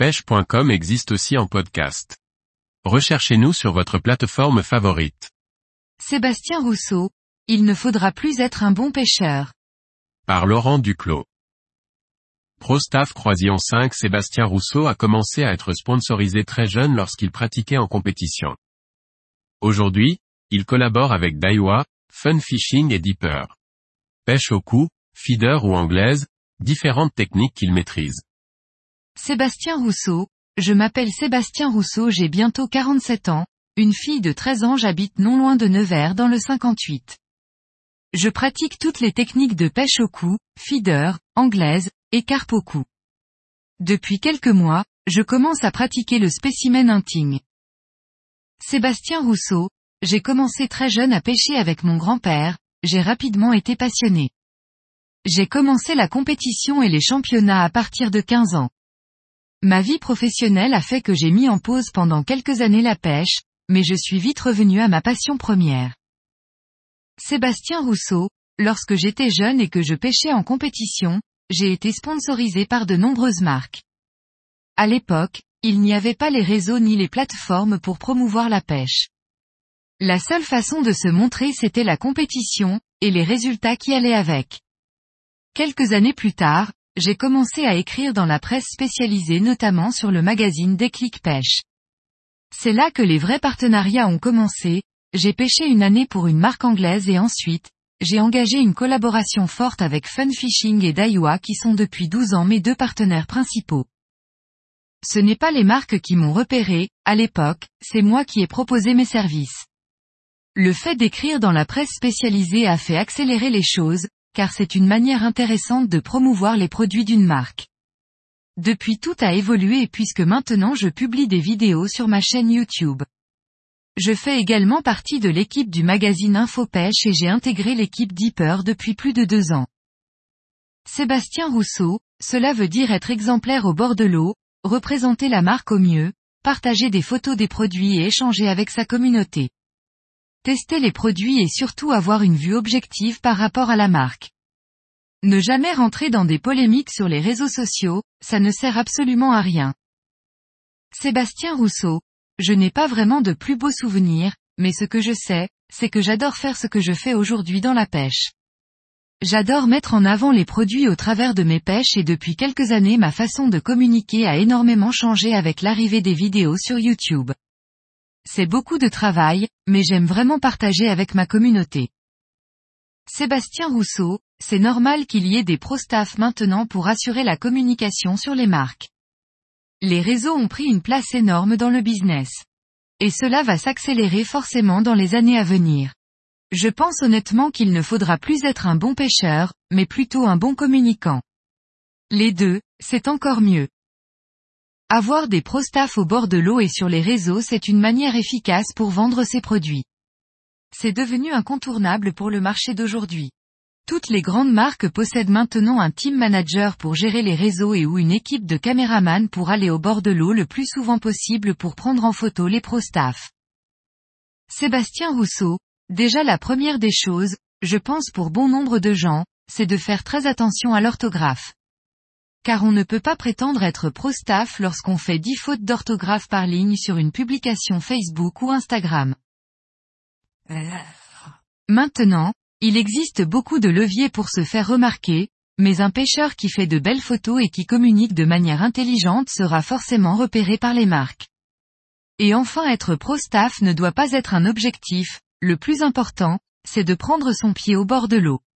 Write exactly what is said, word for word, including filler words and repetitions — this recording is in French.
pêche point com existe aussi en podcast. Recherchez-nous sur votre plateforme favorite. Sébastien Rousseau, il ne faudra plus être un bon pêcheur. Par Laurent Duclos. ProStaff Croisillon cinq. Sébastien Rousseau a commencé à être sponsorisé très jeune lorsqu'il pratiquait en compétition. Aujourd'hui, il collabore avec Daiwa, Fun Fishing et Deeper. Pêche au coup, feeder ou anglaise, différentes techniques qu'il maîtrise. Sébastien Rousseau, je m'appelle Sébastien Rousseau, j'ai bientôt quarante-sept ans, une fille de treize ans, j'habite non loin de Nevers dans le cinquante-huit. Je pratique toutes les techniques de pêche au coup, feeder, anglaise, et carpe au coup. Depuis quelques mois, je commence à pratiquer le spécimen hunting. Sébastien Rousseau, j'ai commencé très jeune à pêcher avec mon grand-père, j'ai rapidement été passionné. J'ai commencé la compétition et les championnats à partir de quinze ans. Ma vie professionnelle a fait que j'ai mis en pause pendant quelques années la pêche, mais je suis vite revenu à ma passion première. Sébastien Rousseau, lorsque j'étais jeune et que je pêchais en compétition, j'ai été sponsorisé par de nombreuses marques. À l'époque, il n'y avait pas les réseaux ni les plateformes pour promouvoir la pêche. La seule façon de se montrer, c'était la compétition, et les résultats qui allaient avec. Quelques années plus tard, j'ai commencé à écrire dans la presse spécialisée, notamment sur le magazine Déclic Pêche. C'est là que les vrais partenariats ont commencé, j'ai pêché une année pour une marque anglaise et ensuite, j'ai engagé une collaboration forte avec Fun Fishing et Daiwa qui sont depuis douze ans mes deux partenaires principaux. Ce n'est pas les marques qui m'ont repéré, à l'époque, c'est moi qui ai proposé mes services. Le fait d'écrire dans la presse spécialisée a fait accélérer les choses, car c'est une manière intéressante de promouvoir les produits d'une marque. Depuis, tout a évolué puisque maintenant je publie des vidéos sur ma chaîne YouTube. Je fais également partie de l'équipe du magazine InfoPêche et j'ai intégré l'équipe Deeper depuis plus de deux ans. Sébastien Rousseau, cela veut dire être exemplaire au bord de l'eau, représenter la marque au mieux, partager des photos des produits et échanger avec sa communauté. Tester les produits et surtout avoir une vue objective par rapport à la marque. Ne jamais rentrer dans des polémiques sur les réseaux sociaux, ça ne sert absolument à rien. Sébastien Rousseau, je n'ai pas vraiment de plus beaux souvenirs, mais ce que je sais, c'est que j'adore faire ce que je fais aujourd'hui dans la pêche. J'adore mettre en avant les produits au travers de mes pêches et depuis quelques années ma façon de communiquer a énormément changé avec l'arrivée des vidéos sur YouTube. C'est beaucoup de travail, mais j'aime vraiment partager avec ma communauté. Sébastien Rousseau, c'est normal qu'il y ait des ProStaff maintenant pour assurer la communication sur les marques. Les réseaux ont pris une place énorme dans le business. Et cela va s'accélérer forcément dans les années à venir. Je pense honnêtement qu'il ne faudra plus être un bon pêcheur, mais plutôt un bon communicant. Les deux, c'est encore mieux. Avoir des ProStaff au bord de l'eau et sur les réseaux, c'est une manière efficace pour vendre ses produits. C'est devenu incontournable pour le marché d'aujourd'hui. Toutes les grandes marques possèdent maintenant un team manager pour gérer les réseaux et ou une équipe de caméramans pour aller au bord de l'eau le plus souvent possible pour prendre en photo les ProStaff. Sébastien Rousseau, déjà la première des choses, je pense pour bon nombre de gens, c'est de faire très attention à l'orthographe. Car on ne peut pas prétendre être ProStaff lorsqu'on fait dix fautes d'orthographe par ligne sur une publication Facebook ou Instagram. Maintenant, il existe beaucoup de leviers pour se faire remarquer, mais un pêcheur qui fait de belles photos et qui communique de manière intelligente sera forcément repéré par les marques. Et enfin, être ProStaff ne doit pas être un objectif, le plus important, c'est de prendre son pied au bord de l'eau.